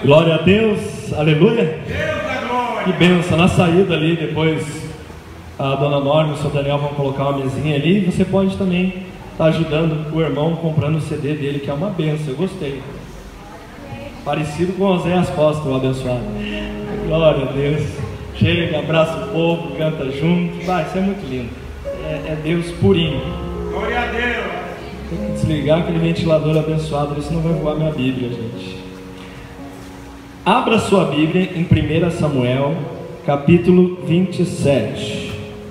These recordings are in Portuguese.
Glória a Deus, aleluia. Deus da glória. Que bênção. Na saída ali, depois a dona Norma e o seu Daniel vão colocar uma mesinha ali. Você pode também estar ajudando o irmão comprando o CD dele, que é uma bênção. Eu gostei. Parecido com o Zé Apóstolo abençoado. Glória a Deus. Chega, abraça o povo, canta junto. Vai, isso é muito lindo. É Deus purinho. Glória a Deus. Tem que desligar aquele ventilador abençoado, senão vai voar minha Bíblia, gente. Abra sua Bíblia em 1 Samuel, capítulo 27.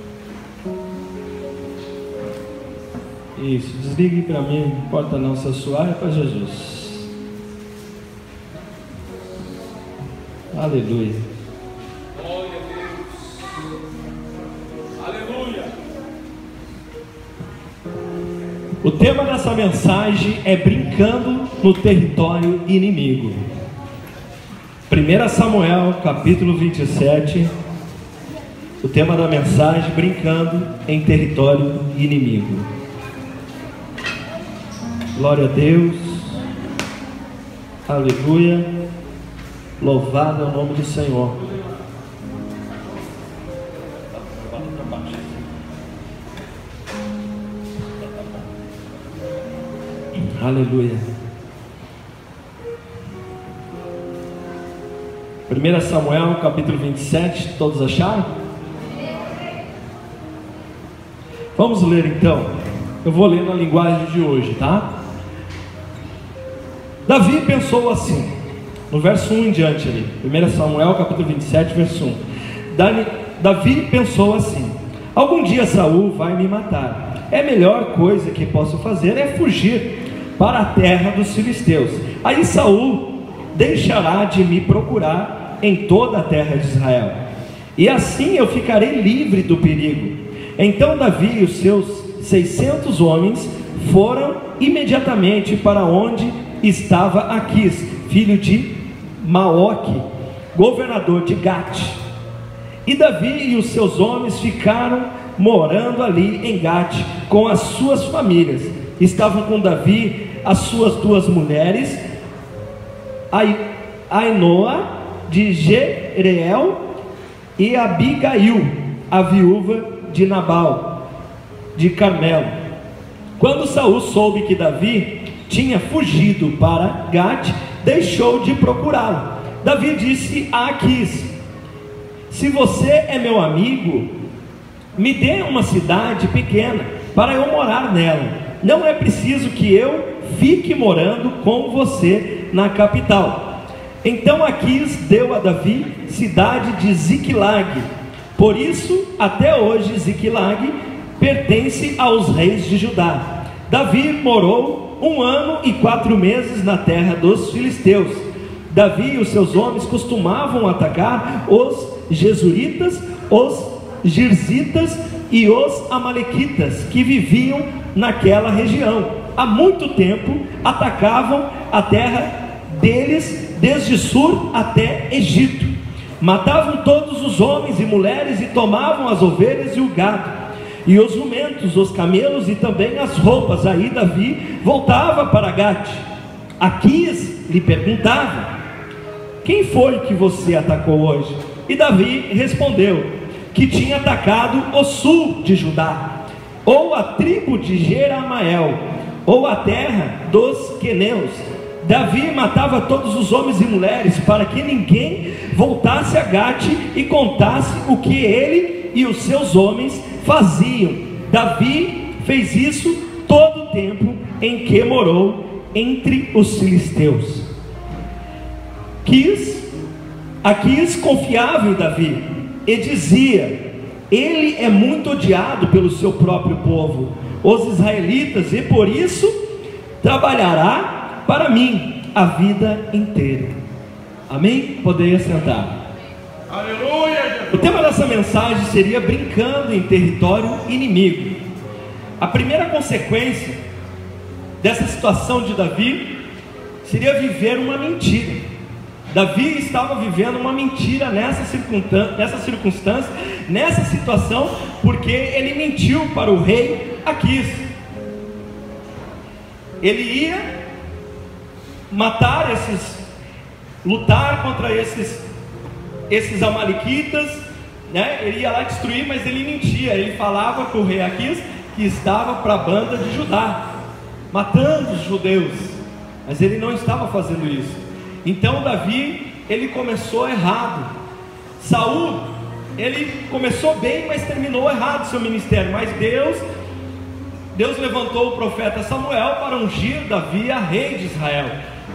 Isso, desligue para mim, não importa não, se suar é para Jesus. Aleluia. Glória a Deus. Aleluia. O tema dessa mensagem é brincando no território inimigo. 1 Samuel, capítulo 27. O tema da mensagem: brincando em território inimigo. Glória a Deus. Aleluia. Louvado é o nome do Senhor. Aleluia. 1 Samuel, capítulo 27, todos acharam? Vamos ler então. Eu vou ler na linguagem de hoje, tá? Davi pensou assim, no verso 1 em diante ali, 1 Samuel, capítulo 27, verso 1. Davi pensou assim: algum dia Saul vai me matar. A melhor coisa que posso fazer é fugir para a terra dos filisteus. Aí Saul deixará de me procurar em toda a terra de Israel, e assim eu ficarei livre do perigo. Então Davi e os seus 600 homens foram imediatamente para onde estava Aquis, filho de Maoque, governador de Gate. E Davi e os seus homens ficaram morando ali em Gate com as suas famílias. Estavam com Davi as suas duas mulheres, Ainoa de Jereel e Abigail, a viúva de Nabal de Carmelo. Quando Saul soube que Davi tinha fugido para Gate, deixou de procurá-lo. Davi disse a Aquis: se você é meu amigo, me dê uma cidade pequena para eu morar nela. Não é preciso que eu fique morando com você na capital. Então Aquis deu a Davi cidade de Ziclag. Por isso, até hoje, Ziclag pertence aos reis de Judá. Davi morou 1 ano e 4 meses na terra dos filisteus. Davi e os seus homens costumavam atacar os Gesuritas, os Girzitas e os Amalequitas que viviam naquela região. Há muito tempo atacavam a terra deles desde Sur até Egito. Matavam todos os homens e mulheres e tomavam as ovelhas e o gado, e os jumentos, os camelos e também as roupas. Aí Davi voltava para Gate. Aquis lhe perguntava: quem foi que você atacou hoje? E Davi respondeu que tinha atacado o sul de Judá, ou a tribo de Jeramael, ou a terra dos queneus. Davi matava todos os homens e mulheres para que ninguém voltasse a Gate e contasse o que ele e os seus homens faziam. Davi fez isso todo o tempo em que morou entre os filisteus. Aquis confiava em Davi e dizia: ele é muito odiado pelo seu próprio povo, os israelitas, e por isso trabalhará para mim a vida inteira. Amém? Poderia sentar. Aleluia, Jesus. O tema dessa mensagem seria brincando em território inimigo. A primeira consequência dessa situação de Davi seria viver uma mentira. Davi estava vivendo uma mentira nessa circunstância, nessa situação, porque ele mentiu para o rei Aquis. Ele ia matar lutar contra esses amalequitas, né? Ele ia lá destruir, mas ele mentia. Ele falava para o rei Aquis que estava para a banda de Judá, matando os judeus, mas ele não estava fazendo isso. Então Davi, ele começou errado. Saul, ele começou bem, mas terminou errado seu ministério. Mas Deus levantou o profeta Samuel para ungir Davi a rei de Israel.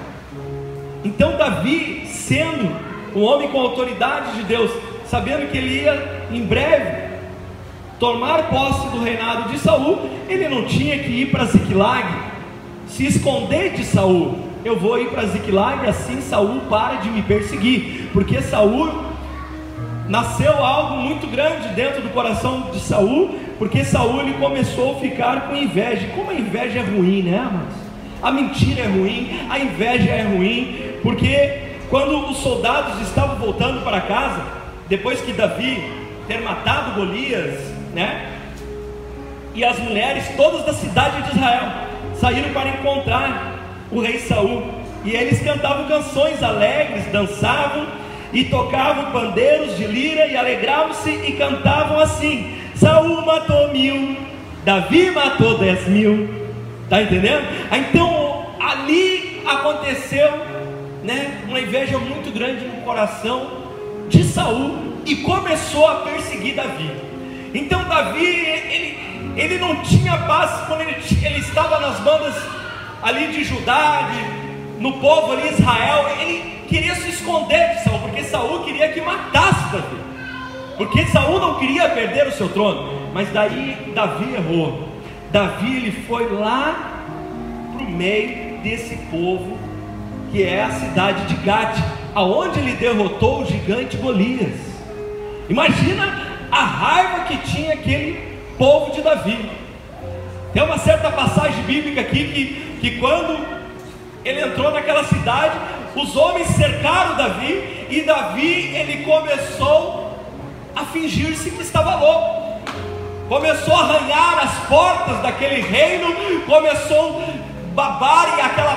Então Davi, sendo um homem com autoridade de Deus, sabendo que ele ia em breve tomar posse do reinado de Saul, ele não tinha que ir para Ziclag, se esconder de Saul. Eu vou ir para Ziclag, assim Saul para de me perseguir, porque Saul, nasceu algo muito grande dentro do coração de Saul, porque Saul, ele começou a ficar com inveja. Como a inveja é ruim, né, amados? A mentira é ruim, a inveja é ruim, porque quando os soldados estavam voltando para casa, depois que Davi ter matado Golias, né, e as mulheres todas da cidade de Israel saíram para encontrar o rei Saul, e eles cantavam canções alegres, dançavam e tocavam pandeiros de lira e alegravam-se e cantavam assim: Saul matou 1000, Davi matou 10.000. Está entendendo? Então ali aconteceu, né, uma inveja muito grande no coração de Saul, e começou a perseguir Davi. Então Davi, ele não tinha paz quando ele estava nas bandas ali de Judá, no povo ali, Israel. Ele queria se esconder de Saul, porque Saul queria que matasse Davi, porque Saul não queria perder o seu trono. Mas daí Davi errou. Davi, ele foi lá para o meio desse povo, que é a cidade de Gate, aonde ele derrotou o gigante Golias. Imagina a raiva que tinha aquele povo de Davi. Tem uma certa passagem bíblica aqui que quando ele entrou naquela cidade, os homens cercaram Davi, e Davi, ele começou a fingir-se que estava louco, começou a arranhar as portas daquele reino, começou a babar, e aquela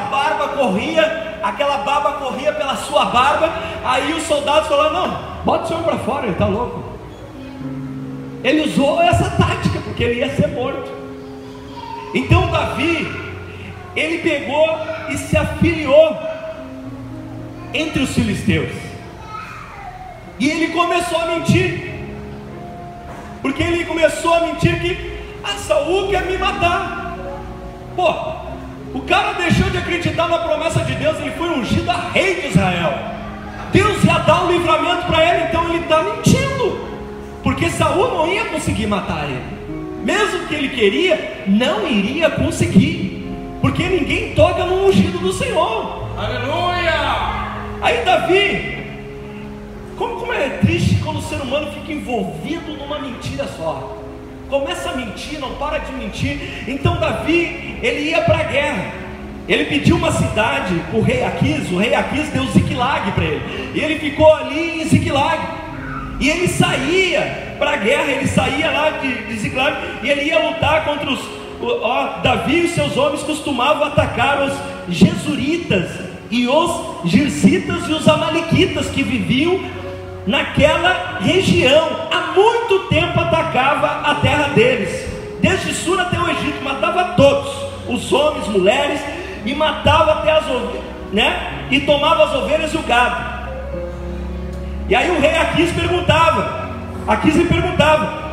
baba corria pela sua barba. Aí os soldados falaram: não, bota o senhor para fora, ele está louco. Ele usou essa tática, porque ele ia ser morto. Então Davi, ele pegou e se afiliou entre os filisteus, e ele começou a mentir, porque ele começou a mentir que Saul quer me matar. Pô, o cara deixou de acreditar na promessa de Deus, ele foi ungido a rei de Israel, Deus ia dar um livramento para ele, então ele está mentindo, porque Saul não ia conseguir matar ele, mesmo que ele queria, não iria conseguir, porque ninguém toca no ungido do Senhor. Aleluia! Aí Davi, como é triste quando o ser humano fica envolvido numa mentira só, começa a mentir, não para de mentir. Então Davi, ele ia para a guerra, ele pediu uma cidade para o rei Aquis deu Ziclag para ele, e ele ficou ali em Ziclag, e ele saía para a guerra, ele saía lá de Ziclag, e ele ia lutar contra Davi e os seus homens costumavam atacar os Gesuritas e os Girzitas e os Amalequitas que viviam naquela região. Há muito tempo atacava a terra deles, desde Sur até o Egito, matava todos, os homens, mulheres, e matava até as ovelhas, né? E tomava as ovelhas e o gado. E aí o rei Aquis lhe perguntava: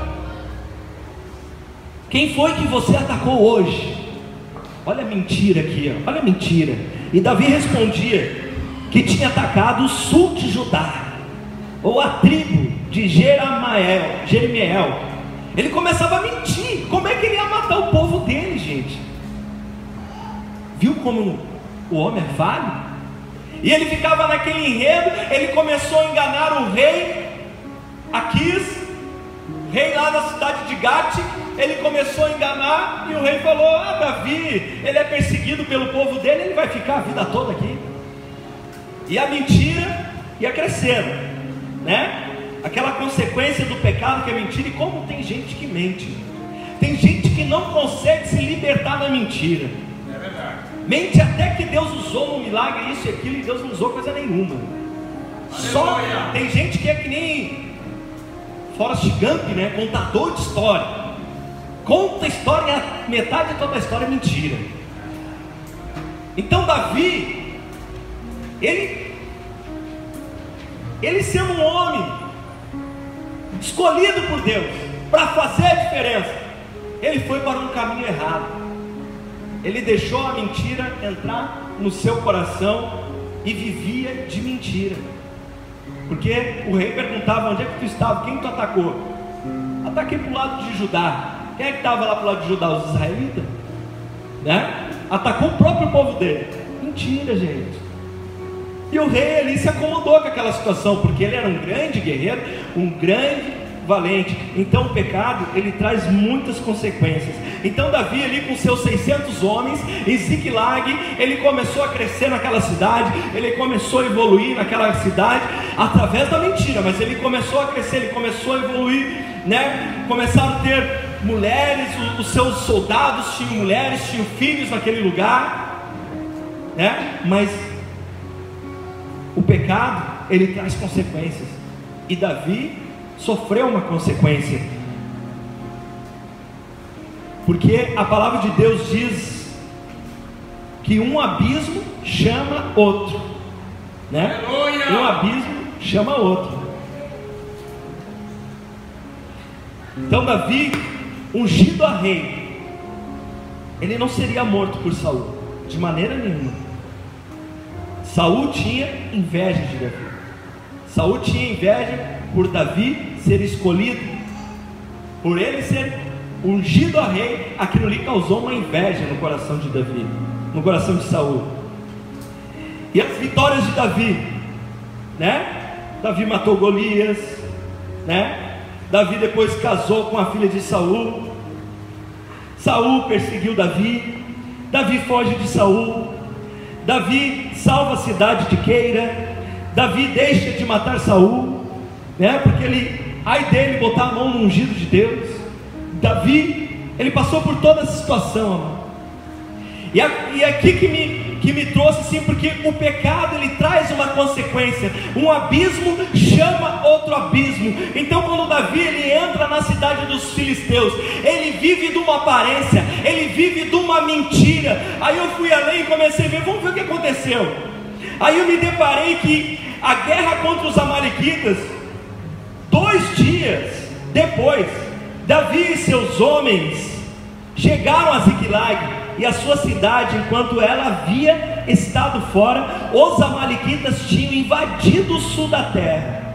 quem foi que você atacou hoje? Olha a mentira aqui, ó. Olha a mentira. E Davi respondia que tinha atacado o sul de Judá, ou a tribo de Jeremiel. Ele começava a mentir. Como é que ele ia matar o povo dele, gente? Viu como o homem é falho? E ele ficava naquele enredo. Ele começou a enganar o rei Aquis, rei lá da cidade de Gate. Ele começou a enganar, e o rei falou: Davi, ele é perseguido pelo povo dele, ele vai ficar a vida toda aqui. E a mentira ia crescendo, né? Aquela consequência do pecado que é mentira. E como tem gente que mente, tem gente que não consegue se libertar da mentira. É verdade. Mente até que Deus usou no milagre isso e aquilo, e Deus não usou coisa nenhuma. Só tem gente que é que nem Forrest Gump, né? Contador de história. Conta a história e a metade de toda a história é mentira. Então Davi, ele sendo um homem escolhido por Deus para fazer a diferença, ele foi para um caminho errado. Ele deixou a mentira entrar no seu coração e vivia de mentira. Porque o rei perguntava: onde é que tu estava? Quem tu atacou? Ataquei para o lado de Judá. Quem é que estava lá para o lado de Judá? Os israelitas, né? Atacou o próprio povo dele. Mentira, gente. E o rei ali se acomodou com aquela situação, porque ele era um grande guerreiro, um grande valente. Então o pecado, ele traz muitas consequências. Então Davi ali com seus 600 homens em Ziklag, ele começou a crescer naquela cidade, ele começou a evoluir naquela cidade através da mentira, mas ele começou a crescer, ele começou a evoluir, né? Começaram a ter mulheres, os seus soldados tinham mulheres, tinham filhos naquele lugar, né? Mas o pecado, ele traz consequências, e Davi sofreu uma consequência, porque a palavra de Deus diz que um abismo chama outro, né? Um abismo chama outro. Então Davi, ungido a rei, ele não seria morto por Saul, de maneira nenhuma. Saul tinha inveja de Davi. Saul tinha inveja por Davi ser escolhido, por ele ser ungido a rei. Aquilo ali causou uma inveja no coração de Davi, no coração de Saul. E as vitórias de Davi, né? Davi matou Golias, né? Davi depois casou com a filha de Saul. Saul perseguiu Davi. Davi foge de Saul. Davi salva a cidade de Queira. Davi deixa de matar Saul, né? Porque ai dele botar a mão no ungido de Deus. Davi, ele passou por toda essa situação, amado. E aqui que me trouxe assim, porque o pecado, ele traz uma consequência. Um abismo chama outro abismo. Então quando Davi, ele entra na cidade dos filisteus, ele vive de uma aparência, ele vive de uma mentira. Aí eu fui além e comecei a ver, vamos ver o que aconteceu. Aí eu me deparei que a guerra contra os amalequitas, 2 dias depois, Davi e seus homens chegaram a Ziklag, e a sua cidade, enquanto ela havia estado fora, os amalequitas tinham invadido o sul da terra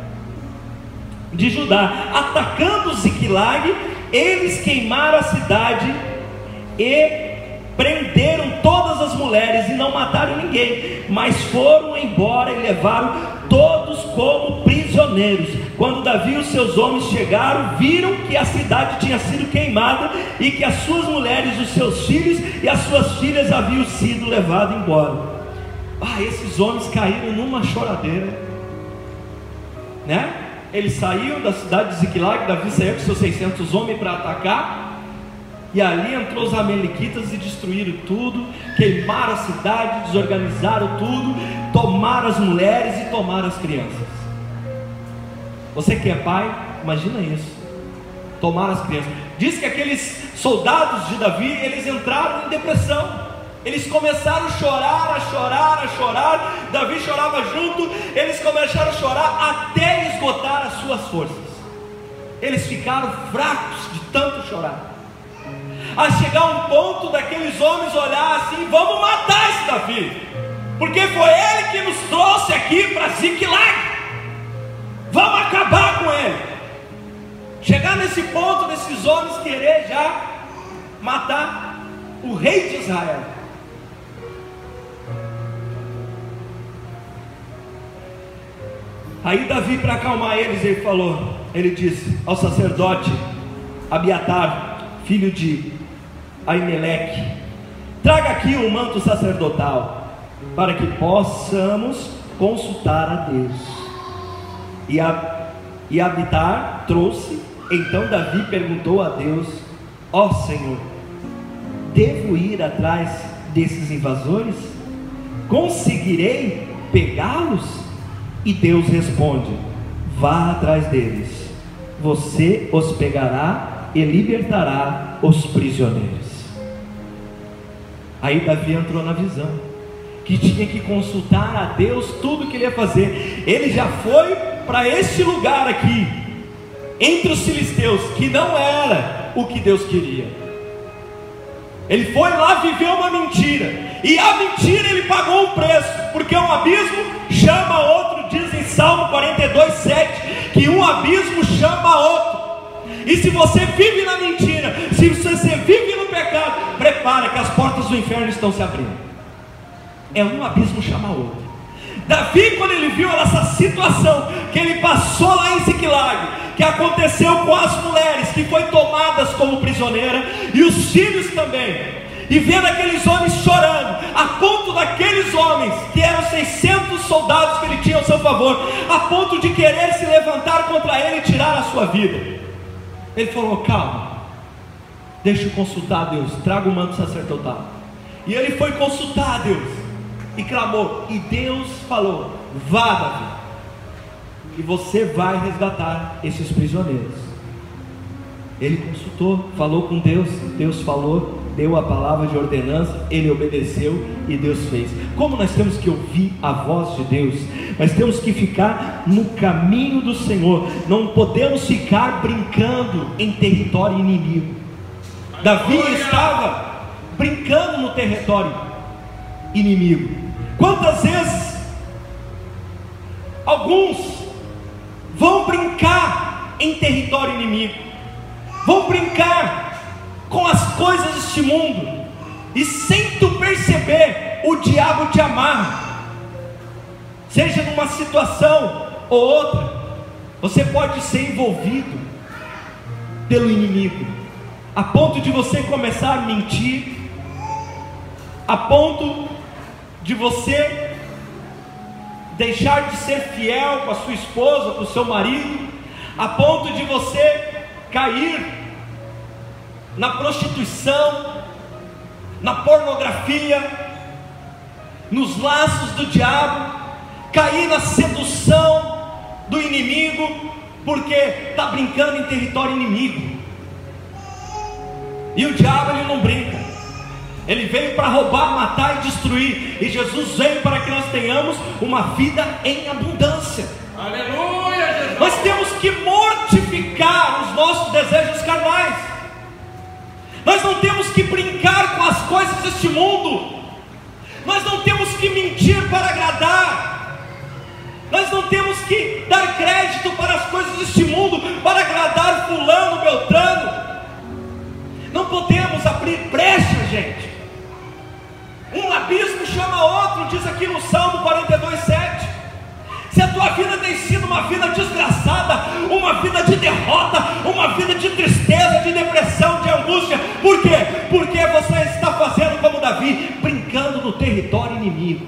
de Judá, atacando Ziklag. Eles queimaram a cidade e prenderam todas as mulheres, e não mataram ninguém, mas foram embora e levaram todos como prisioneiros. Quando Davi e os seus homens chegaram, viram que a cidade tinha sido queimada, e que as suas mulheres, os seus filhos e as suas filhas haviam sido levados embora. Esses homens caíram numa choradeira, né? Eles saíram da cidade de Ziklag. Davi saiu com seus 600 homens para atacar, e ali entrou os amalequitas e destruíram tudo, queimaram a cidade, desorganizaram tudo, tomaram as mulheres e tomaram as crianças. Você que é pai, imagina isso. Tomaram as crianças. Diz que aqueles soldados de Davi, eles entraram em depressão. Eles começaram a chorar, a chorar, a chorar. Davi chorava junto. Eles começaram a chorar até esgotar as suas forças. Eles ficaram fracos de tanto chorar, a chegar um ponto daqueles homens olhar assim: vamos matar esse Davi, porque foi ele que nos trouxe aqui para Ziklag, vamos acabar com ele. Chegar nesse ponto desses homens querer já matar o rei de Israel. Aí Davi, para acalmar eles, ele disse ao sacerdote Abiatar, filho de Aimeleque: traga aqui um manto sacerdotal, para que possamos consultar a Deus. E Abiatar trouxe. Então Davi perguntou a Deus: ó Senhor, devo ir atrás desses invasores? Conseguirei pegá-los? E Deus responde: vá atrás deles, você os pegará e libertará os prisioneiros. Aí Davi entrou na visão, que tinha que consultar a Deus tudo que ele ia fazer. Ele já foi para este lugar aqui, entre os filisteus, que não era o que Deus queria. Ele foi lá viver uma mentira, e a mentira ele pagou um preço, porque um abismo chama outro. Diz em Salmo 42:7 que um abismo chama outro. E se você vive na mentira, se você vive no pecado, prepara que as portas do inferno estão se abrindo. É um abismo chama outro. Davi, quando ele viu essa situação que ele passou lá em Ziclag, que aconteceu com as mulheres que foi tomadas como prisioneira, e os filhos também, e vendo aqueles homens chorando, a ponto daqueles homens, que eram 600 soldados que ele tinha ao seu favor, a ponto de querer se levantar contra ele e tirar a sua vida, ele falou: calma, deixa eu consultar a Deus, traga o manto sacerdotal. E ele foi consultar a Deus e clamou, e Deus falou: vá, Davi, e você vai resgatar esses prisioneiros. Ele consultou, falou com Deus, Deus falou, deu a palavra de ordenança, ele obedeceu e Deus fez. Como nós temos que ouvir a voz de Deus, nós temos que ficar no caminho do Senhor, não podemos ficar brincando em território inimigo. Davi estava brincando no território inimigo. Quantas vezes alguns vão brincar em território inimigo, vão brincar com as coisas deste mundo, e sem tu perceber, o diabo te amarra, seja numa situação ou outra, você pode ser envolvido pelo inimigo, a ponto de você começar a mentir, a ponto de você deixar de ser fiel com a sua esposa, com o seu marido, a ponto de você cair na prostituição, na pornografia, nos laços do diabo, cair na sedução do inimigo, porque está brincando em território inimigo. E o diabo, ele não brinca, ele veio para roubar, matar e destruir, e Jesus veio para que nós tenhamos uma vida em abundância. Aleluia, Jesus. Nós temos que mortificar os nossos desejos carnais. Nós não temos que brincar com as coisas deste mundo. Nós não temos que mentir para agradar. Nós não temos que dar crédito para as coisas deste mundo para agradar fulano, beltrano. Não podemos abrir brecha, gente. Um abismo chama outro, diz aqui no Salmo 42:7. Se a tua vida tem sido uma vida desgraçada, uma vida de derrota, uma vida de tristeza, de depressão, de angústia, por quê? Porque você está fazendo como Davi, brincando no território inimigo.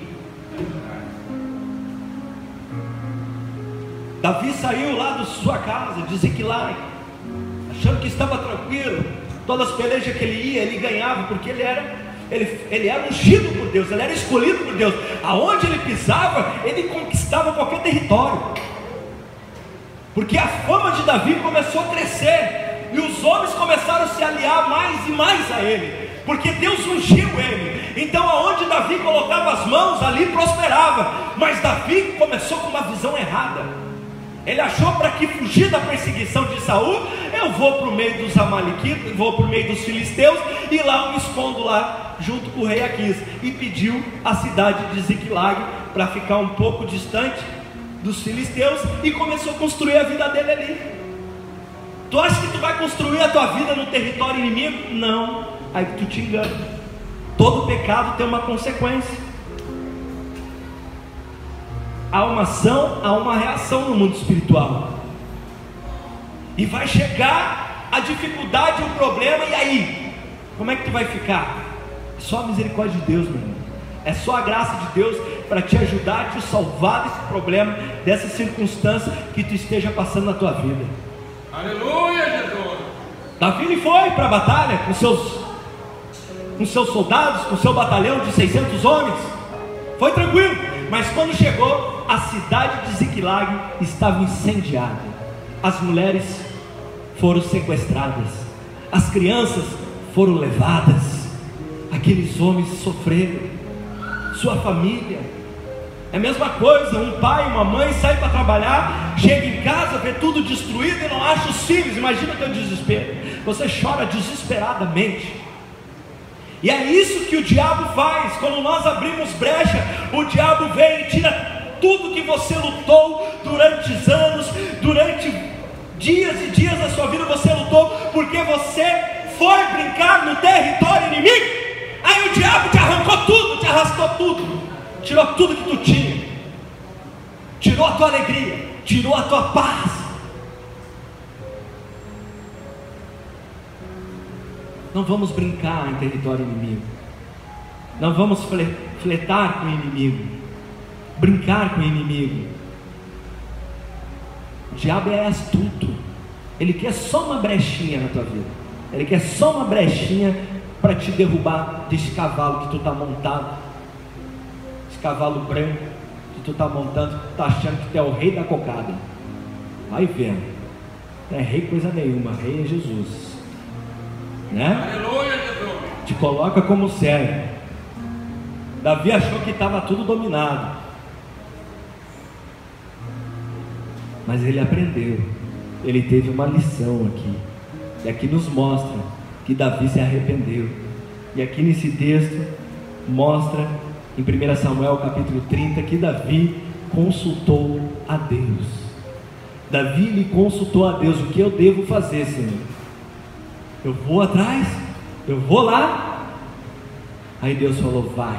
Davi saiu lá da sua casa, de Ziclag, achando que estava tranquilo. Todas as pelejas que ele ia, ele ganhava, porque ele era ungido por Deus, ele era escolhido por Deus. Aonde ele pisava, ele conquistava qualquer território, porque a fama de Davi começou a crescer, e os homens começaram a se aliar mais e mais a ele, porque Deus ungiu ele. Então aonde Davi colocava as mãos, ali prosperava. Mas Davi começou com uma visão errada. Ele achou, para que fugir da perseguição de Saul, eu vou para o meio dos amalequitas, vou para o meio dos filisteus, e lá eu me escondo lá, junto com o rei Aquis. E pediu a cidade de Ziclag, para ficar um pouco distante dos filisteus, e começou a construir a vida dele ali. Tu acha que tu vai construir a tua vida no território inimigo? Não, aí tu te engana. Todo pecado tem uma consequência. Há uma ação, há uma reação no mundo espiritual, e vai chegar a dificuldade, o problema, e aí? Como é que tu vai ficar? É só a misericórdia de Deus, meu irmão. É só a graça de Deus para te ajudar, te salvar desse problema, dessa circunstância que tu esteja passando na tua vida. Aleluia, Jesus. Davi, ele foi para a batalha com seus soldados, com seu batalhão de 600 homens. Foi tranquilo. mas quando chegou, a cidade de Ziklag estava incendiada. As mulheres foram sequestradas, as crianças foram levadas, aqueles homens sofreram, sua família. É a mesma coisa, um pai, uma mãe sai para trabalhar, chega em casa, vê tudo destruído e não acha os filhos. Imagina o teu desespero, você chora desesperadamente. E é isso que o diabo faz. Quando nós abrimos brecha, o diabo vem e tira tudo que você lutou durante anos, durante dias e dias da sua vida. Você lutou porque você foi brincar no território inimigo. Aí o diabo te arrancou tudo, te arrastou tudo, tirou tudo que tu tinha, tirou a tua alegria, tirou a tua paz. Não vamos brincar em território inimigo, não vamos fletar com o inimigo, brincar com o inimigo. O diabo é astuto, ele quer só uma brechinha na tua vida, ele quer só uma brechinha para te derrubar desse cavalo que tu está montado, esse cavalo branco que tu está montando, tu está achando que tu é o rei da cocada. Vai vendo, não é rei coisa nenhuma, rei é Jesus, né? Aleluia, Jesus. Te coloca como servo. Davi achou que estava tudo dominado, mas ele aprendeu, ele teve uma lição aqui, e aqui nos mostra que Davi se arrependeu. E aqui nesse texto mostra em 1 Samuel capítulo 30 que Davi consultou a Deus. Davi lhe consultou a Deus: o que eu devo fazer, Senhor? Eu vou atrás? Eu vou lá? Aí Deus falou: vai.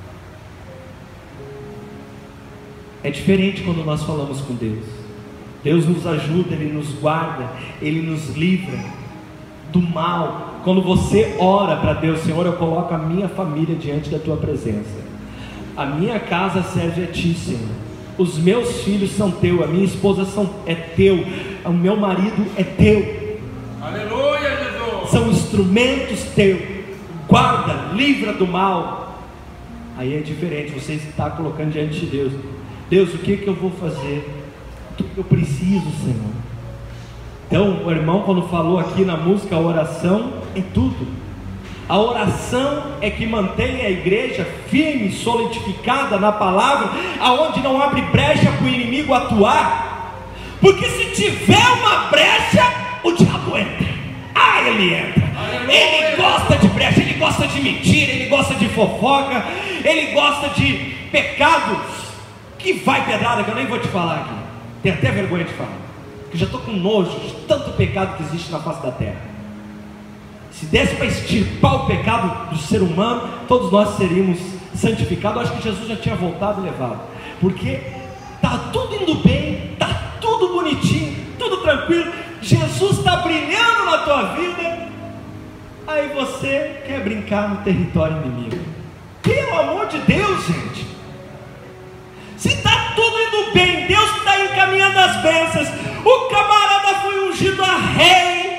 É diferente quando nós falamos com Deus. Deus nos ajuda, Ele nos guarda, Ele nos livra do mal. Quando você ora para Deus: Senhor, eu coloco a minha família diante da tua presença, a minha casa serve a ti, Senhor, os meus filhos são teus, a minha esposa é teu, o meu marido é teu. Aleluia, Jesus. São instrumentos teus, guarda, livra do mal. Aí é diferente, você está colocando diante de Deus: Deus, o que eu vou fazer? O que eu preciso, Senhor? Então o irmão, quando falou aqui na música, a oração é tudo. A oração é que mantém a igreja firme, solidificada na palavra, aonde não abre brecha para o inimigo atuar. Porque se tiver uma brecha, o diabo entra. Ele entra. Ele gosta de brecha, ele gosta de mentira, ele gosta de fofoca, ele gosta de pecados. Que vai pedrada que eu nem vou te falar aqui. Tenho até vergonha de falar, que já estou com nojo de tanto pecado que existe na face da terra. Se desse para extirpar o pecado do ser humano, todos nós seríamos santificados. Eu acho que Jesus já tinha voltado e levado, porque está tudo indo bem, está tudo bonitinho, tudo tranquilo, Jesus está brilhando na tua vida, aí você quer brincar no território inimigo. Pelo amor de Deus, gente, se está tudo indo bem, Deus está encaminhando as bênçãos, o camarada foi ungido a rei,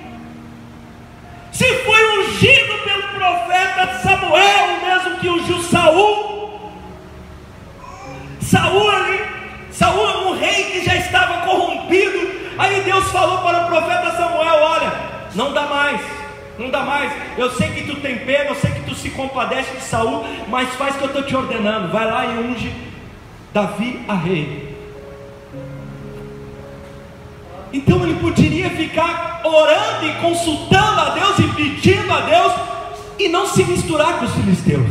se foi ungido pelo profeta Samuel, o mesmo que ungiu Saul. Saul é um rei que já estava corrompido. Aí Deus falou para o profeta Samuel: olha, não dá mais, eu sei que tu tem pena, eu sei que tu se compadece de Saul, mas faz o que eu estou te ordenando, vai lá e unge Davi a rei. Então ele poderia ficar orando e consultando a Deus e pedindo a Deus e não se misturar com os filisteus,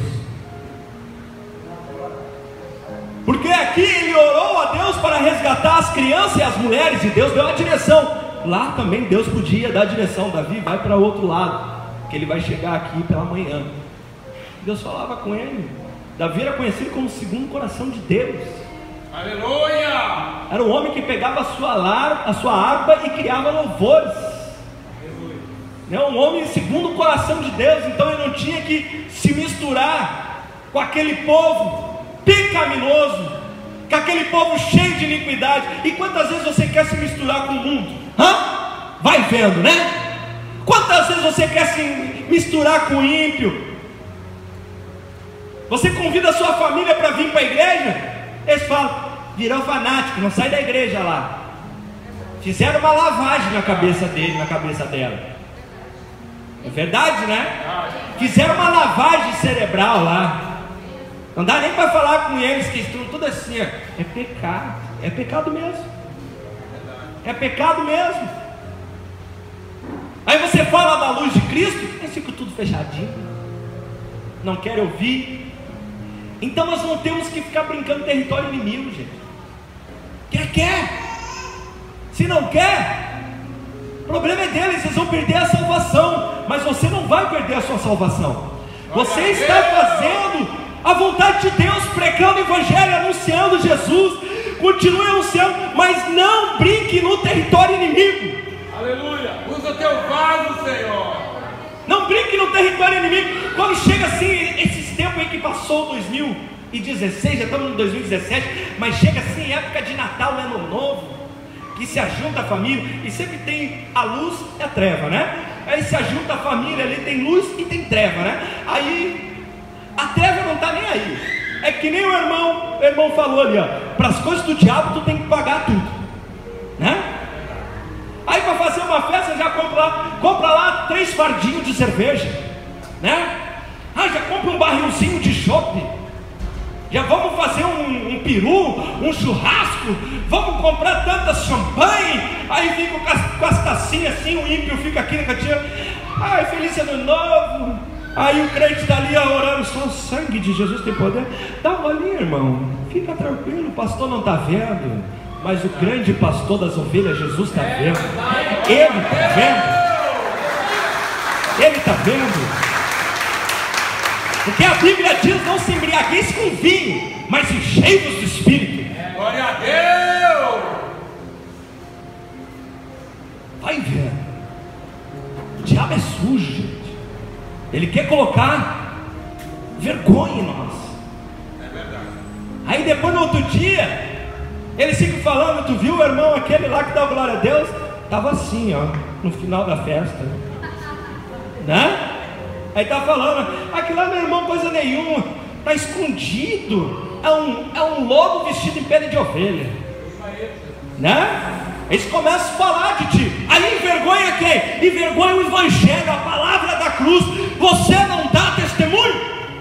porque aqui ele orou a Deus para resgatar as crianças e as mulheres, e Deus deu a direção. Lá também Deus podia dar a direção: Davi, vai para o outro lado, que ele vai chegar aqui pela manhã. Deus falava com ele. Davi era conhecido como o segundo coração de Deus. Aleluia! Era um homem que pegava a sua harpa e criava louvores. Um homem segundo o coração de Deus. Então ele não tinha que se misturar com aquele povo pecaminoso, com aquele povo cheio de iniquidade. E quantas vezes você quer se misturar com o mundo? Vai vendo, né? Quantas vezes você quer se misturar com o ímpio? Você convida a sua família para vir para a igreja, eles falam, virou fanático, não sai da igreja lá. Fizeram uma lavagem na cabeça dele, na cabeça dela. É verdade, né? Fizeram uma lavagem cerebral lá. Não dá nem para falar com eles que estão tudo assim, ó. É pecado mesmo. É pecado mesmo. Aí você fala da luz de Cristo, eles ficam tudo fechadinho, não querem ouvir. Então nós não temos que ficar brincando território inimigo, gente. Quer. Se não quer, o problema é deles, eles vão perder a salvação. Mas você não vai perder a sua salvação. Você está fazendo a vontade de Deus, pregando o evangelho, anunciando Jesus. Continue anunciando, mas não brinque no território inimigo. Aleluia. Usa o teu vaso, Senhor. Não brinque no território inimigo. Quando chega assim, esses tempos aí que passou 2016, já estamos em 2017, mas chega assim, época de Natal, Ano Novo, que se ajunta a família, e sempre tem a luz e a treva, né? Aí se ajunta a família ali, tem luz e tem treva, né? Aí a treva não está nem aí. É que nem o irmão falou ali, ó, para as coisas do diabo tu tem que pagar tudo, né? Aí para fazer uma festa já compra lá 3 fardinhos de cerveja, né? Já compra um barrilzinho de chope. Já vamos fazer um peru, um churrasco, vamos comprar tantas champanhe. Aí fica com as tacinhas assim, o ímpio fica aqui na cantina. Ai, feliz ano novo. Aí o crente está ali orando, só o sangue de Jesus tem poder. Dá uma ali, irmão, fica tranquilo, o pastor não está vendo, mas o grande pastor das ovelhas, Jesus está vendo. Ele está vendo. Ele está vendo. Porque a Bíblia diz, não se embriagueis com vinho, mas enchei-vos do Espírito. Glória a Deus. Vai vendo. O diabo é sujo, gente. Ele quer colocar vergonha em nós. É verdade. Aí depois no outro dia, eles ficam falando, tu viu o irmão aquele lá que dá glória a Deus? Estava assim, ó, no final da festa, né? Aí tá falando, aquilo lá, meu irmão, coisa nenhuma, tá escondido, é um lobo vestido em pele de ovelha, né? Eles começam a falar de ti. Aí envergonha quem? Envergonha o evangelho, a palavra da cruz. Você não dá testemunho.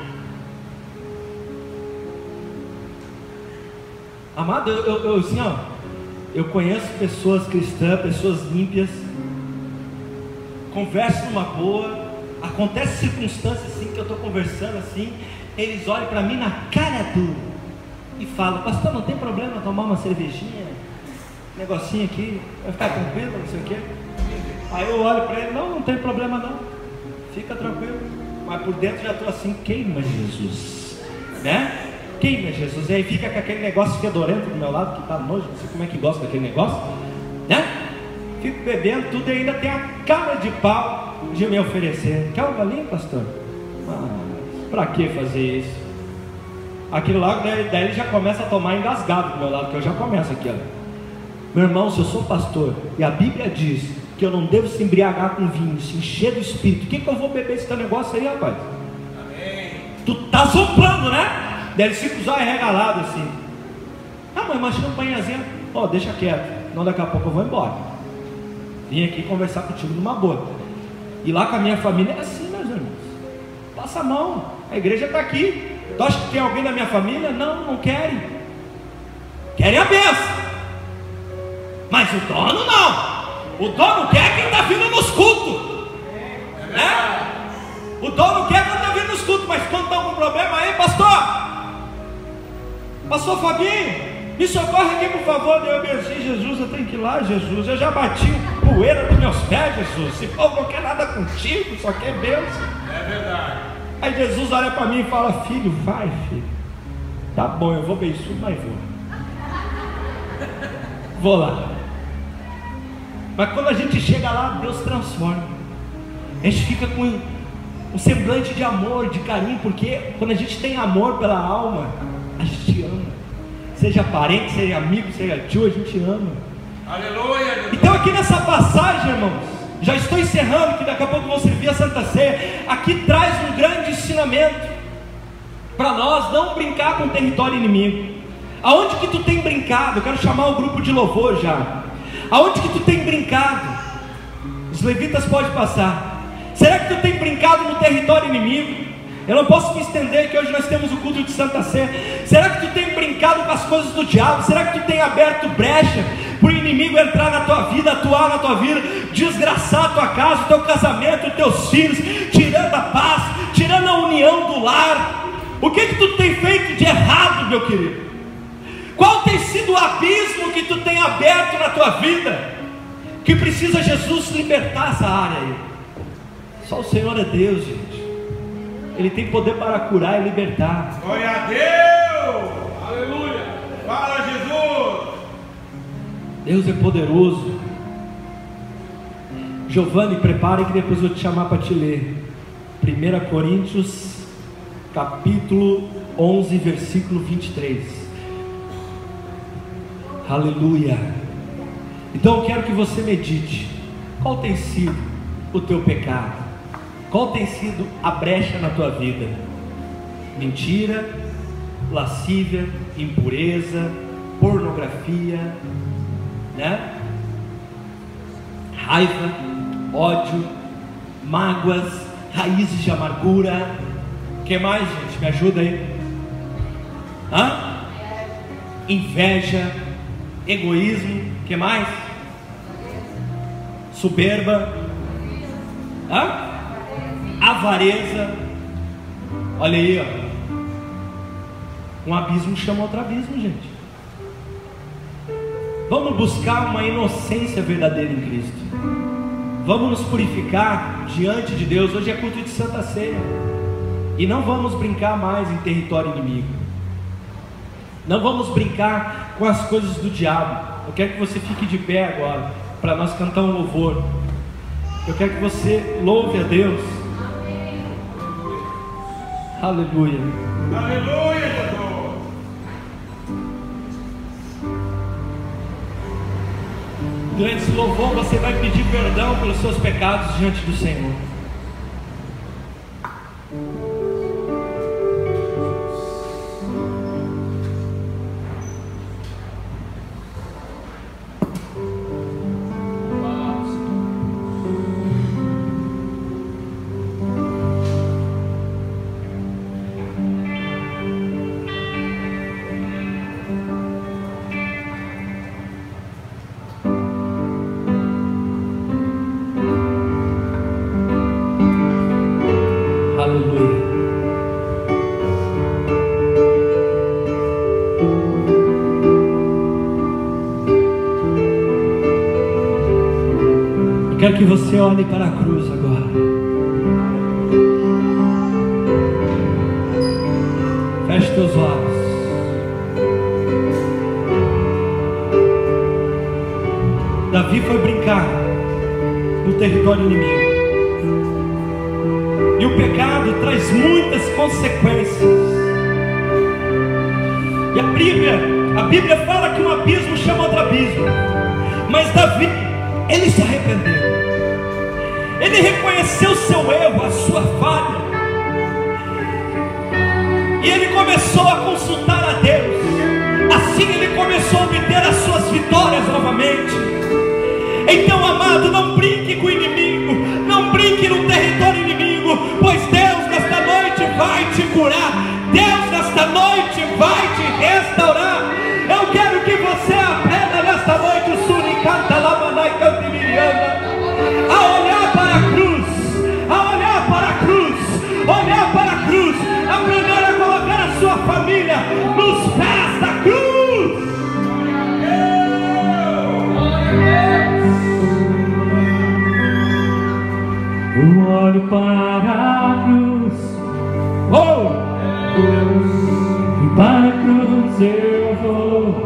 Amado, eu assim, ó, eu conheço pessoas cristãs, pessoas ímpias, converso numa boa, acontece circunstâncias assim que eu estou conversando assim, eles olham para mim na cara dura e falam, pastor, não tem problema tomar uma cervejinha, negocinho aqui, vai ficar tranquilo, não sei o que. Aí eu olho para ele, não tem problema não, fica tranquilo, mas por dentro já estou assim, queima Jesus, né? Queima Jesus. E aí fica com aquele negócio fedorento do meu lado, que está nojo, não sei como é que gosta daquele negócio, né? Fico bebendo tudo e ainda tem a cara de pau de me oferecer. Quer um galinho, pastor? Mas para que fazer isso? Aquilo lá, daí ele já começa a tomar engasgado do meu lado, que eu já começo aqui, ó. Meu irmão, se eu sou pastor e a Bíblia diz que eu não devo se embriagar com vinho, se encher do Espírito, o que eu vou beber esse teu negócio aí, rapaz? Amém. Tu tá soprando, né? Deve se usar regalado assim. Mas uma champanhazinha, deixa quieto, não, daqui a pouco eu vou embora. Vim aqui conversar contigo numa boa. E lá com a minha família é assim, meus irmãos. Passa a mão, a igreja está aqui. Tu acha que tem alguém da minha família? Não querem. Querem a bênção. Mas o dono não. O dono quer quem está vindo nos cultos, né? O dono quer quem está vindo nos cultos. Mas quando está algum problema aí, Pastor Fabinho, me socorre aqui por favor. Eu disse, Jesus, eu tenho que ir lá, Jesus, eu já bati poeira dos meus pés, Jesus, esse povo não quer nada contigo, só quer bênção. É verdade. Aí Jesus olha para mim e fala, filho, vai filho, tá bom, eu vou beiçudo, mas vou lá. Mas quando a gente chega lá, Deus transforma. A gente fica com um semblante de amor, de carinho, porque quando a gente tem amor pela alma, a gente ama. Seja parente, seja amigo, seja tio, a gente ama. Aleluia. Então aqui nessa passagem, irmãos, já estou encerrando, que daqui a pouco vou servir a Santa Ceia. Aqui traz um grande ensinamento. para nós não brincar com o território inimigo. Aonde que tu tem brincado? Eu quero chamar o grupo de louvor já. Aonde que tu tem brincado? Os levitas podem passar. Será que tu tem brincado no território inimigo? Eu não posso me estender, que hoje nós temos o culto de Santa Ceia. Será que tu tem brincado com as coisas do diabo? Será que tu tem aberto brecha para o inimigo entrar na tua vida, atuar na tua vida, desgraçar a tua casa, o teu casamento, os teus filhos, tirando a paz, tirando a união do lar? O que que tu tem feito de errado, meu querido? Qual tem sido o abismo que tu tem aberto na tua vida, que precisa Jesus libertar essa área aí? Só o Senhor é Deus, gente. Ele tem poder para curar e libertar. Glória a Deus! Aleluia! Fala, Jesus! Deus é poderoso. Giovanni, prepare que depois eu vou te chamar para te ler 1 Coríntios capítulo 11, versículo 23. Aleluia. Então eu quero que você medite. Qual tem sido o teu pecado? Qual tem sido a brecha na tua vida? Mentira, lascívia, impureza, pornografia, né? Raiva, ódio, mágoas, raízes de amargura. O que mais, gente? Me ajuda aí. Inveja, egoísmo. O que mais? Soberba. Avareza. Olha aí, ó. Um abismo chama outro abismo, gente. Vamos buscar uma inocência verdadeira em Cristo. Vamos nos purificar diante de Deus. Hoje é culto de Santa Ceia. E não vamos brincar mais em território inimigo. Não vamos brincar com as coisas do diabo. Eu quero que você fique de pé agora, para nós cantar um louvor. Eu quero que você louve a Deus. Aleluia. Aleluia, Jesus! Durante esse louvor você vai pedir perdão pelos seus pecados diante do Senhor. Quero que você olhe para a cruz agora. Feche teus olhos. Davi foi brincar no território inimigo. E o pecado traz muitas consequências. E a Bíblia fala que um abismo chama outro abismo. Mas Davi, ele se arrependeu. Ele reconheceu o seu erro, a sua falha. E ele começou a consultar a Deus. Assim ele começou a obter as suas vitórias novamente. Então, amado, não brinque com o inimigo. Não brinque no território inimigo. Pois Deus nesta noite vai te curar. Deus nesta noite vai te restaurar. Eu quero que você aprenda nesta noite o suricata lamanai cantimiriana. A olhar para a cruz, a olhar para a cruz, olhar para a cruz, aprender a colocar a sua família nos pés da cruz. Eu olho para a cruz, e para a cruz eu vou.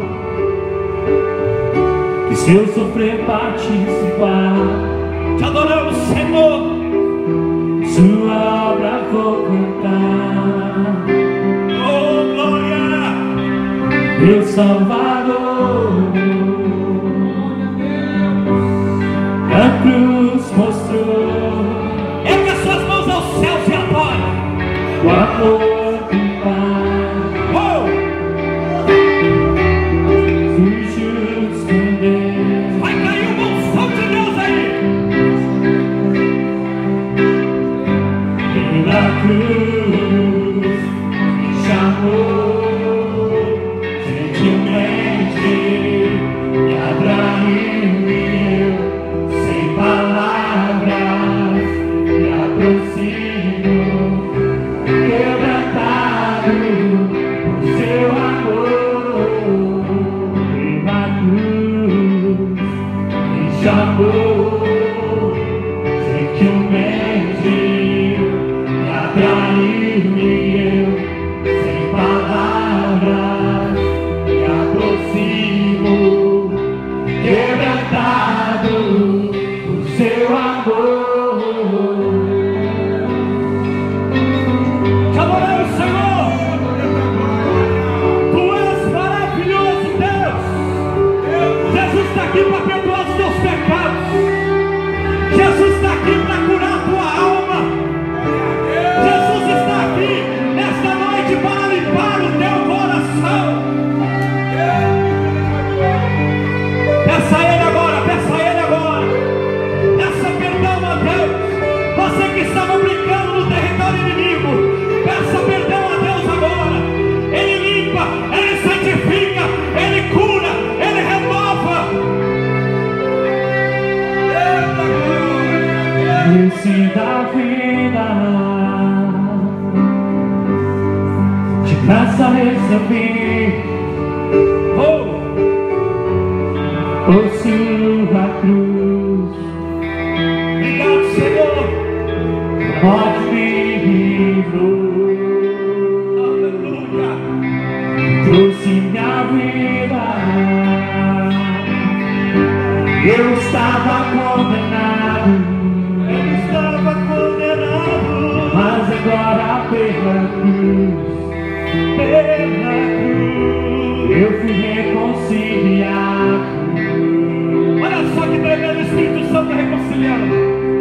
E se eu sofrer participar, te adoramos, Senhor. Sua obra vou cantar. Oh, glória! Meu Salvador, a cruz mostrou. Erga suas mãos aos céus e adora. O amor que faz. chamou gentilmente, me atraiu e eu, sem palavras, me aproximo, quebrantado por seu amor. Te adoramos, Senhor. Tu és maravilhoso, Deus. Jesus está aqui para perdoar os teus pecados. Jesus está aqui para curar a tua alma. Jesus está aqui nesta noite para limpar o teu coração. Peça a Ele agora, peça a Ele agora. Peça perdão a Deus. Você que estava brincando no território inimigo, peça perdão a Deus agora. Ele limpa, Ele santifica, Ele cura, Ele renova. Esse da vida, de graça recebi, por sua cruz. Obrigado, Senhor. Morte me livrou, Aleluia. trouxe minha vida. Eu estava condenado, Eu estava condenado mas agora pela cruz eu fui reconciliado. Olha só que tremendo, o Espírito Santo reconciliando.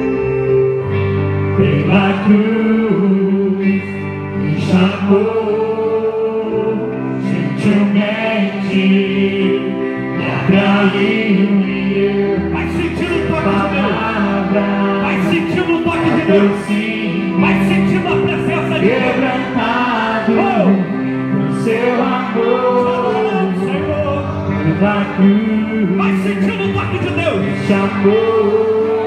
Pela cruz me chamou gentilmente, me atraiu e eu, Vai sentindo o toque de Deus. palavras, Vai sentindo o toque de eu Deus. sinto Vai sentindo a presença de Deus. quebrantado por seu amor. Senhor. Pela cruz Vai sentindo o toque de Deus. me chamou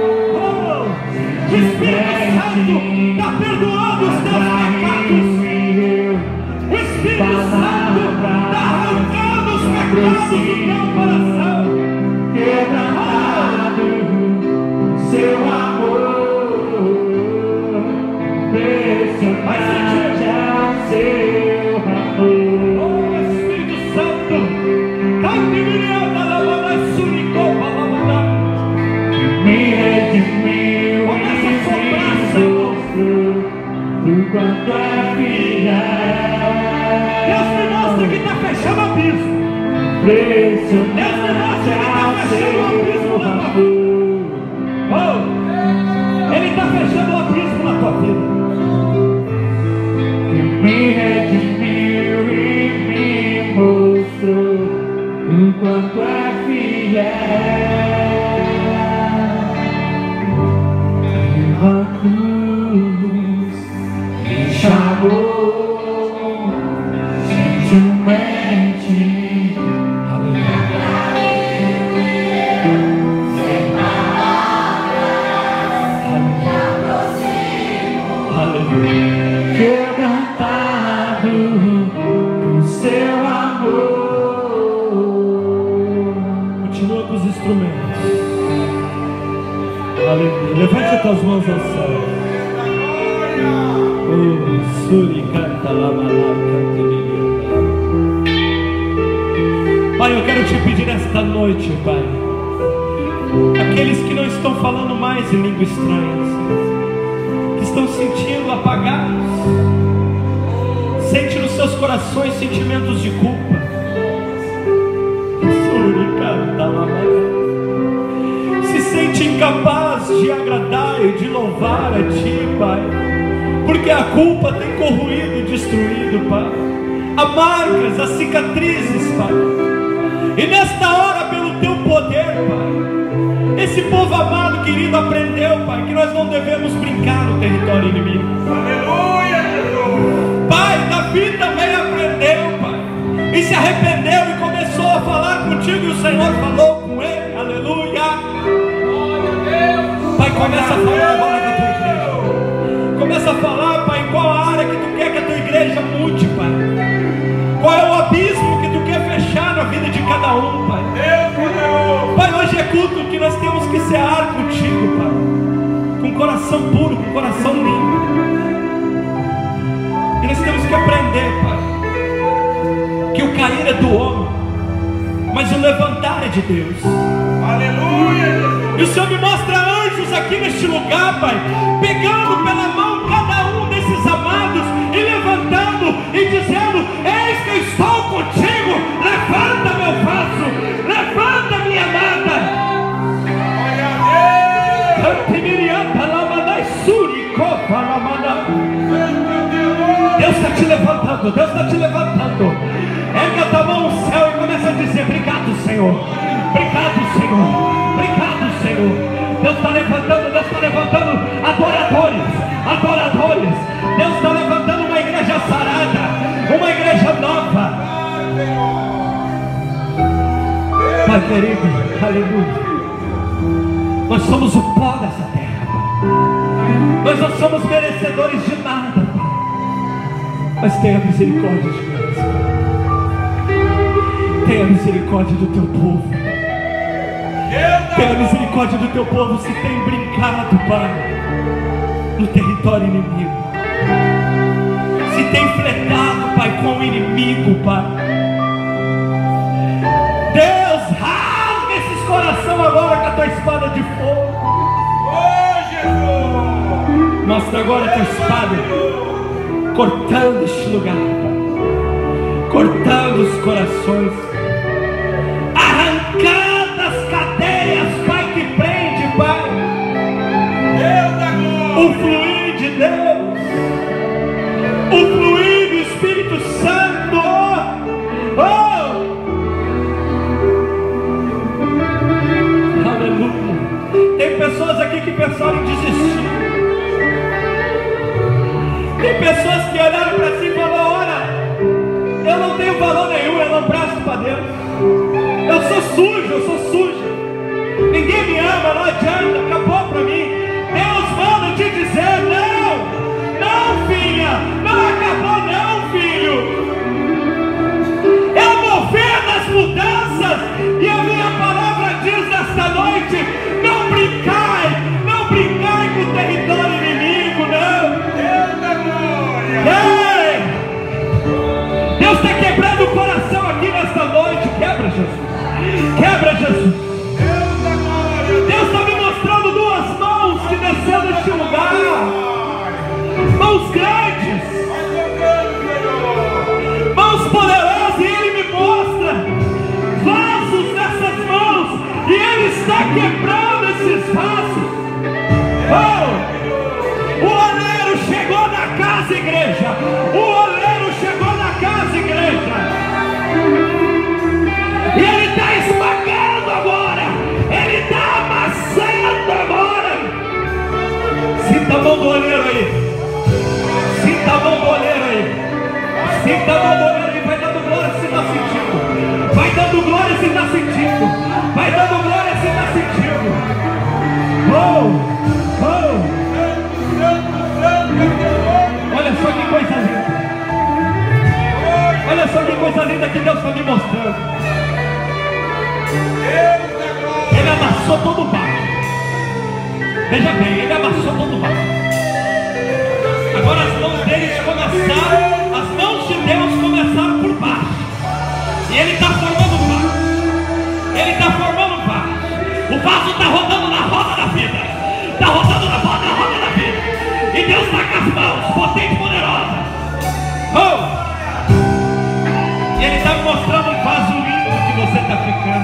O Espírito Santo está perdoando os teus pecados. O Espírito Santo está arrancando os pecados do teu coração. quebrantado seu amor, impressionante ao seu amor. Oh, Espírito Santo, cantiviranda la manda suricova la manda. Me redimiu Começa a e soprar, me Senhor. mostrou o quanto é Deus me mostra que está fechando o abismo. impressionante ao seu amor. Oh, Ele está fechando o abismo na tua vida. Me redimiu e me mostrou o quanto é fiel. Pela cruz me chamou gentilmente. Quebrantado por seu amor. Continua com os instrumentos. Aleluia. Levante as tuas mãos ao céu. Oh, Suri canta lá, Pai, eu quero te pedir nesta noite, Pai, aqueles que não estão falando mais em língua estranha, que estão sentindo apagados, sente nos seus corações sentimentos de culpa. Se sente incapaz de agradar e de louvar a Ti, Pai, porque a culpa tem corroído e destruído, Pai, as marcas, as cicatrizes, Pai. E nesta hora, pelo Teu poder, Pai, esse povo amado, querido, aprendeu, Pai, que nós não devemos brincar no território inimigo. Aleluia, Jesus. Pai, Davi também aprendeu, Pai, e se arrependeu e começou a falar contigo, e o Senhor falou com ele. Aleluia. Pai, começa a falar agora com a tua igreja. Começa a falar, Pai, em qual área que Tu quer que a tua igreja mude, Pai. Qual é o abismo que Tu quer fechar na vida de cada um, Pai. Pai, hoje é culto que nós temos que coração puro, com o coração limpo. E nós temos que aprender, Pai, que o cair é do homem, mas o levantar é de Deus. Aleluia. E o Senhor me mostra anjos aqui neste lugar, Pai, pegando pela mão cada um desses amados e levantando e dizendo: eis que eu estou contigo, levanta meu vaso, levanta minha amada. Deus está te levantando, Deus está te levantando. Erga a tua mão ao céu e começa a dizer: obrigado, Senhor, obrigado, Senhor, obrigado, Senhor. Deus está levantando adoradores, adoradores. Deus está levantando uma igreja sarada, uma igreja nova. Pai querido, aleluia. Nós somos o pó dessa terra, Pai. Nós não somos merecedores de nada, Pai, mas tenha misericórdia de nós, Pai. Tenha misericórdia do teu povo. Tenha misericórdia do teu povo se tem brincado, Pai, no território inimigo, se tem flertado, Pai, com o inimigo, Pai. Deus, rasga esses corações agora com a tua espada de fogo. Mostra agora a tua espada cortando este lugar, Pai, cortando os corações, arrancando as cadeias, Pai, que prende, Pai, o fluir de Deus, o fluir do Espírito Santo. Oh! Aleluia. Tem pessoas aqui que pensaram em desistir. Tem pessoas que olharam para si e falaram: olha, eu não tenho valor nenhum, eu não presto para Deus, eu sou sujo, eu sou suja, ninguém me ama, não adianta, acabou para mim. Deus manda te dizer: não, não, filha, não acabou não, filho. É o mover das mudanças, e a minha palavra diz nesta noite: não brincai com o território inimigo, não. Ei! Deus está quebrando o coração aqui nesta noite. Quebra, Jesus. Quebra, Jesus. Deus está me mostrando duas mãos que desceu deste lugar, mãos grandes, mãos poderosas, e Ele me mostra vasos nessas mãos, e Ele está quebrando esses vasos. Oh! O oleiro chegou na casa, igreja. O oleiro chegou na casa, igreja. E ele está esmagando agora. Ele está amassando agora. Sinta a mão do oleiro aí. Sinta a mão do oleiro aí. Sinta a mão do oleiro e vai dando glória se está sentindo. Vai dando glória se está sentindo. Vai dando glória se está sentindo. Oh! Oh! Olha só que coisa linda. Olha só que coisa linda que Deus está me mostrando. Ele amassou todo o barro. Veja bem, ele amassou todo o barro. Agora as mãos deles começaram, as mãos de Deus começaram por baixo. E ele está formando o vaso. Ele está formando o vaso. O vaso está rodando na roda da vida. Está rodando na roda da vida. E Deus está com as mãos, potente e poderosa. Oh! E Ele está me mostrando um vaso lindo que você está ficando.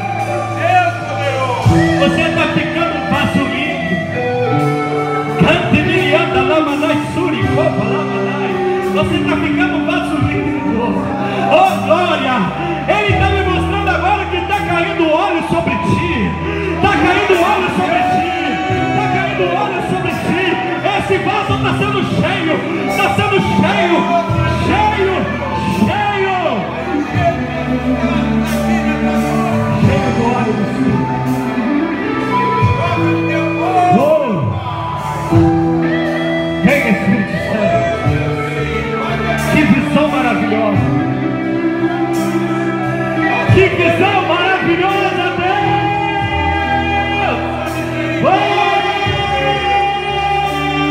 Você está ficando um vaso lindo. Cante-me, anda lá, manai, suri, copa lá, manai. Você está ficando um vaso lindo. Oh, glória! Ele está me mostrando agora que está caindo óleo sobre ti. Está caindo óleo sobre ti. Está caindo óleo sobre ti. Esse vaso está sendo cheio, está sendo cheio, cheio, cheio, cheio do óleo do Senhor. Oh! Vem, Espírito Santo. Que visão maravilhosa. Que visão maravilhosa, Deus. Oh!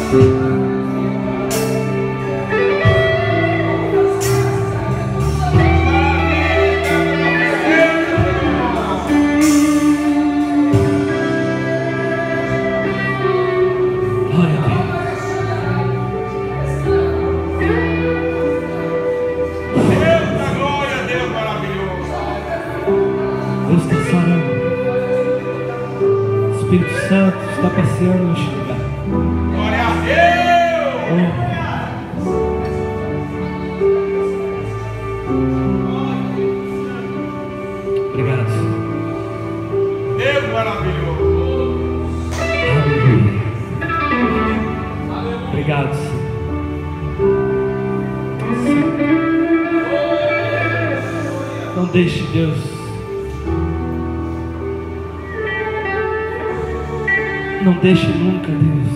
Está passeando no lugar. Glória a Deus! Obrigado, Senhor. Deus maravilhoso! Aleluia. Obrigado, Senhor. Não deixe Deus. Não deixe nunca, Deus.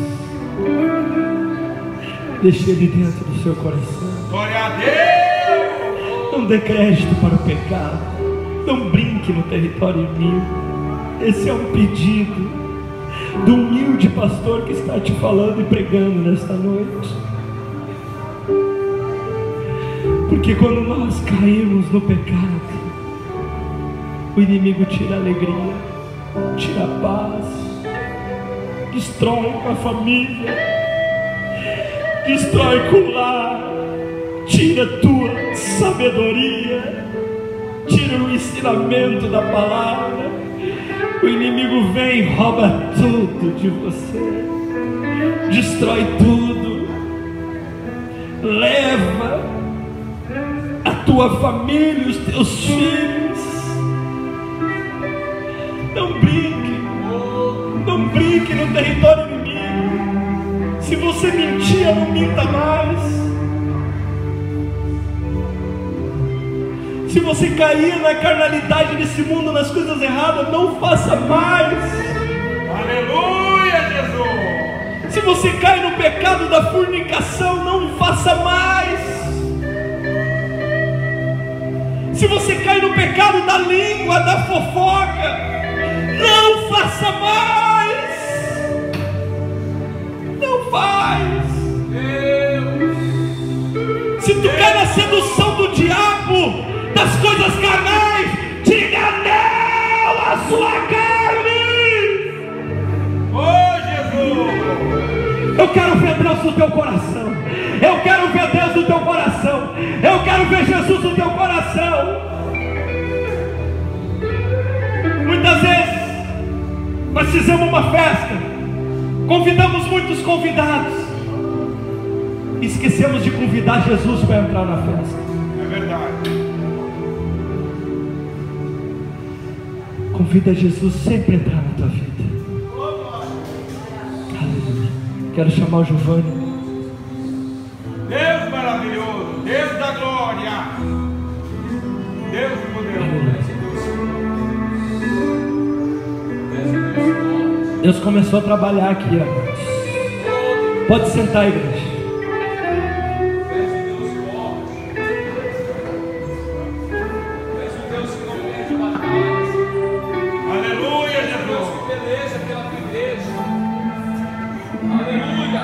Deixe Ele dentro do seu coração. Glória a Deus! Não dê crédito para o pecado. Não brinque no território inimigo. Esse é um pedido do humilde pastor que está te falando e pregando nesta noite. Porque quando nós caímos no pecado, o inimigo tira a alegria, tira a paz, destrói com a família, destrói com o lar, tira a tua sabedoria, tira o ensinamento da palavra. O inimigo vem e rouba tudo de você, destrói tudo, leva a tua família, os teus filhos. Não brinque no território inimigo. Se você mentia, não minta mais. Se você caía na carnalidade desse mundo, nas coisas erradas, não faça mais. Aleluia, Jesus! Se você cai no pecado da fornicação, não faça mais. Se você cai no pecado da língua, da fofoca, não faça mais. Não faz. Se tu cai na sedução do diabo, das coisas carnais, diga não à sua carne. Oh, Jesus! Eu quero ver Deus no teu coração. Eu quero ver Deus no teu coração. Eu quero ver Jesus no teu coração. Muitas vezes nós fizemos uma festa, convidamos muitos convidados, esquecemos de convidar Jesus para entrar na festa. É verdade. Convida Jesus sempre a entrar na tua vida. Aleluia. Quero chamar o Giovanni. Deus maravilhoso, Deus da glória, Deus poderoso. Deus começou a trabalhar aqui, ó. Pode sentar, igreja. Aleluia, Jesus. Beleza pela tua igreja. Aleluia.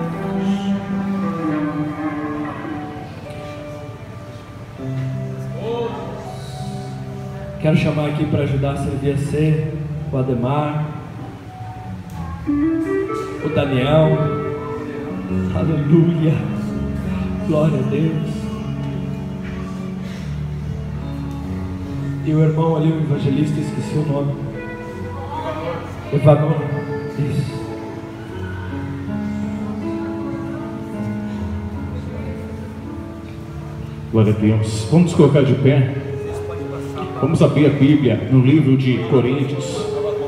Quero chamar aqui para ajudar a servir a ceia o Ademar, o Daniel. Aleluia. Glória a Deus. E o irmão ali, o evangelista, esqueci o nome. Evanor. Isso. Glória a Deus. Vamos colocar de pé. Vamos abrir a Bíblia no livro de Coríntios.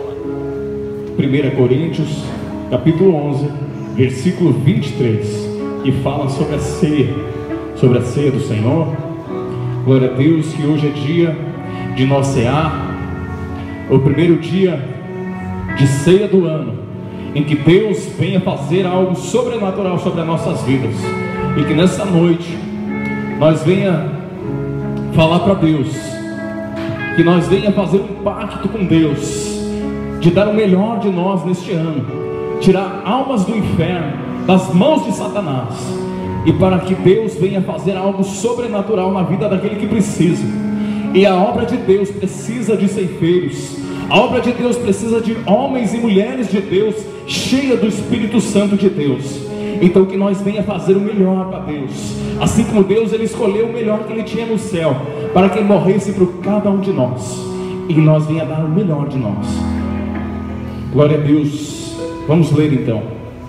1 Coríntios, capítulo 11, versículo 23, que fala sobre a ceia do Senhor. Glória a Deus, que hoje é dia de nós cear, o primeiro dia de ceia do ano, em que Deus venha fazer algo sobrenatural sobre as nossas vidas, e que nessa noite nós venha falar para Deus, que nós venha fazer um pacto com Deus, de dar o melhor de nós neste ano, tirar almas do inferno das mãos de Satanás, e para que Deus venha fazer algo sobrenatural na vida daquele que precisa. E a obra de Deus precisa de ceifeiros, a obra de Deus precisa de homens e mulheres de Deus, cheia do Espírito Santo de Deus. Então que nós venha fazer o melhor para Deus, assim como Deus ele escolheu o melhor que ele tinha no céu, para que ele morresse por cada um de nós, e nós venha dar o melhor de nós. Glória a Deus. Vamos ler então.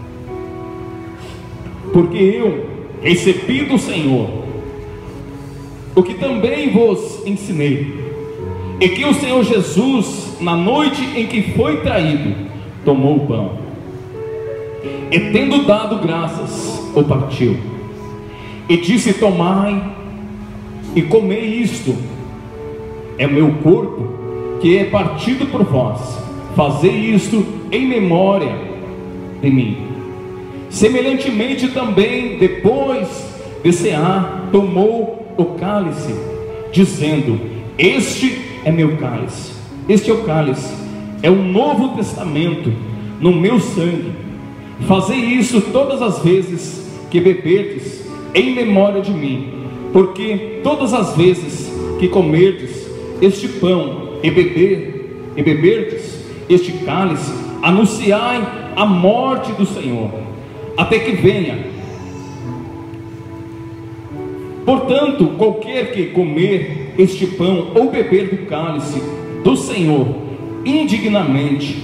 Porque eu recebi do Senhor o que também vos ensinei, e que o Senhor Jesus, na noite em que foi traído, tomou o pão, e tendo dado graças, o partiu, e disse: tomai e comei isto, é o meu corpo que é partido por vós, fazei isto em memória de mim. Semelhantemente também, depois de cear, tomou o cálice, dizendo: este é meu cálice, este é o cálice, é o novo testamento no meu sangue. Fazei isso todas as vezes que beberdes, em memória de mim. Porque todas as vezes que comerdes este pão e beberdes este cálice, anunciai a morte do Senhor, até que venha. Portanto, qualquer que comer este pão ou beber do cálice do Senhor indignamente,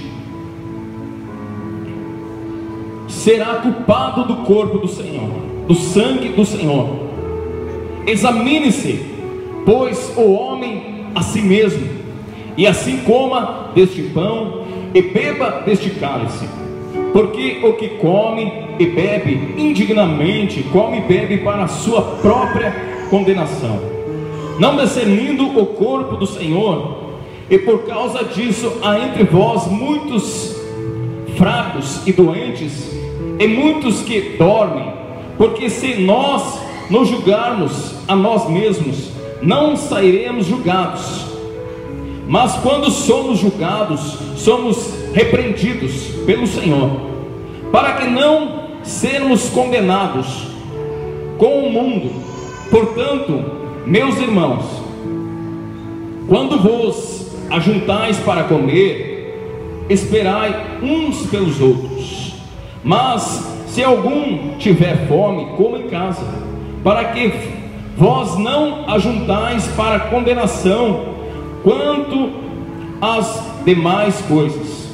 será culpado do corpo do Senhor, do sangue do Senhor. Examine-se, pois, o homem a si mesmo, e assim coma deste pão e beba deste cálice. Porque o que come e bebe indignamente, come e bebe para a sua própria condenação, não discernindo o corpo do Senhor. E por causa disso há entre vós muitos fracos e doentes, e muitos que dormem. Porque se nós nos julgarmos a nós mesmos, não sairemos julgados. Mas quando somos julgados, somos repreendidos pelo Senhor, para que não sermos condenados com o mundo. Portanto, meus irmãos, quando vos ajuntais para comer, esperai uns pelos outros. Mas se algum tiver fome, coma em casa, para que vós não ajuntais para condenação. Quanto às demais coisas,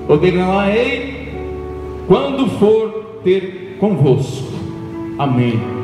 ordenarei quando for ter convosco. Amém.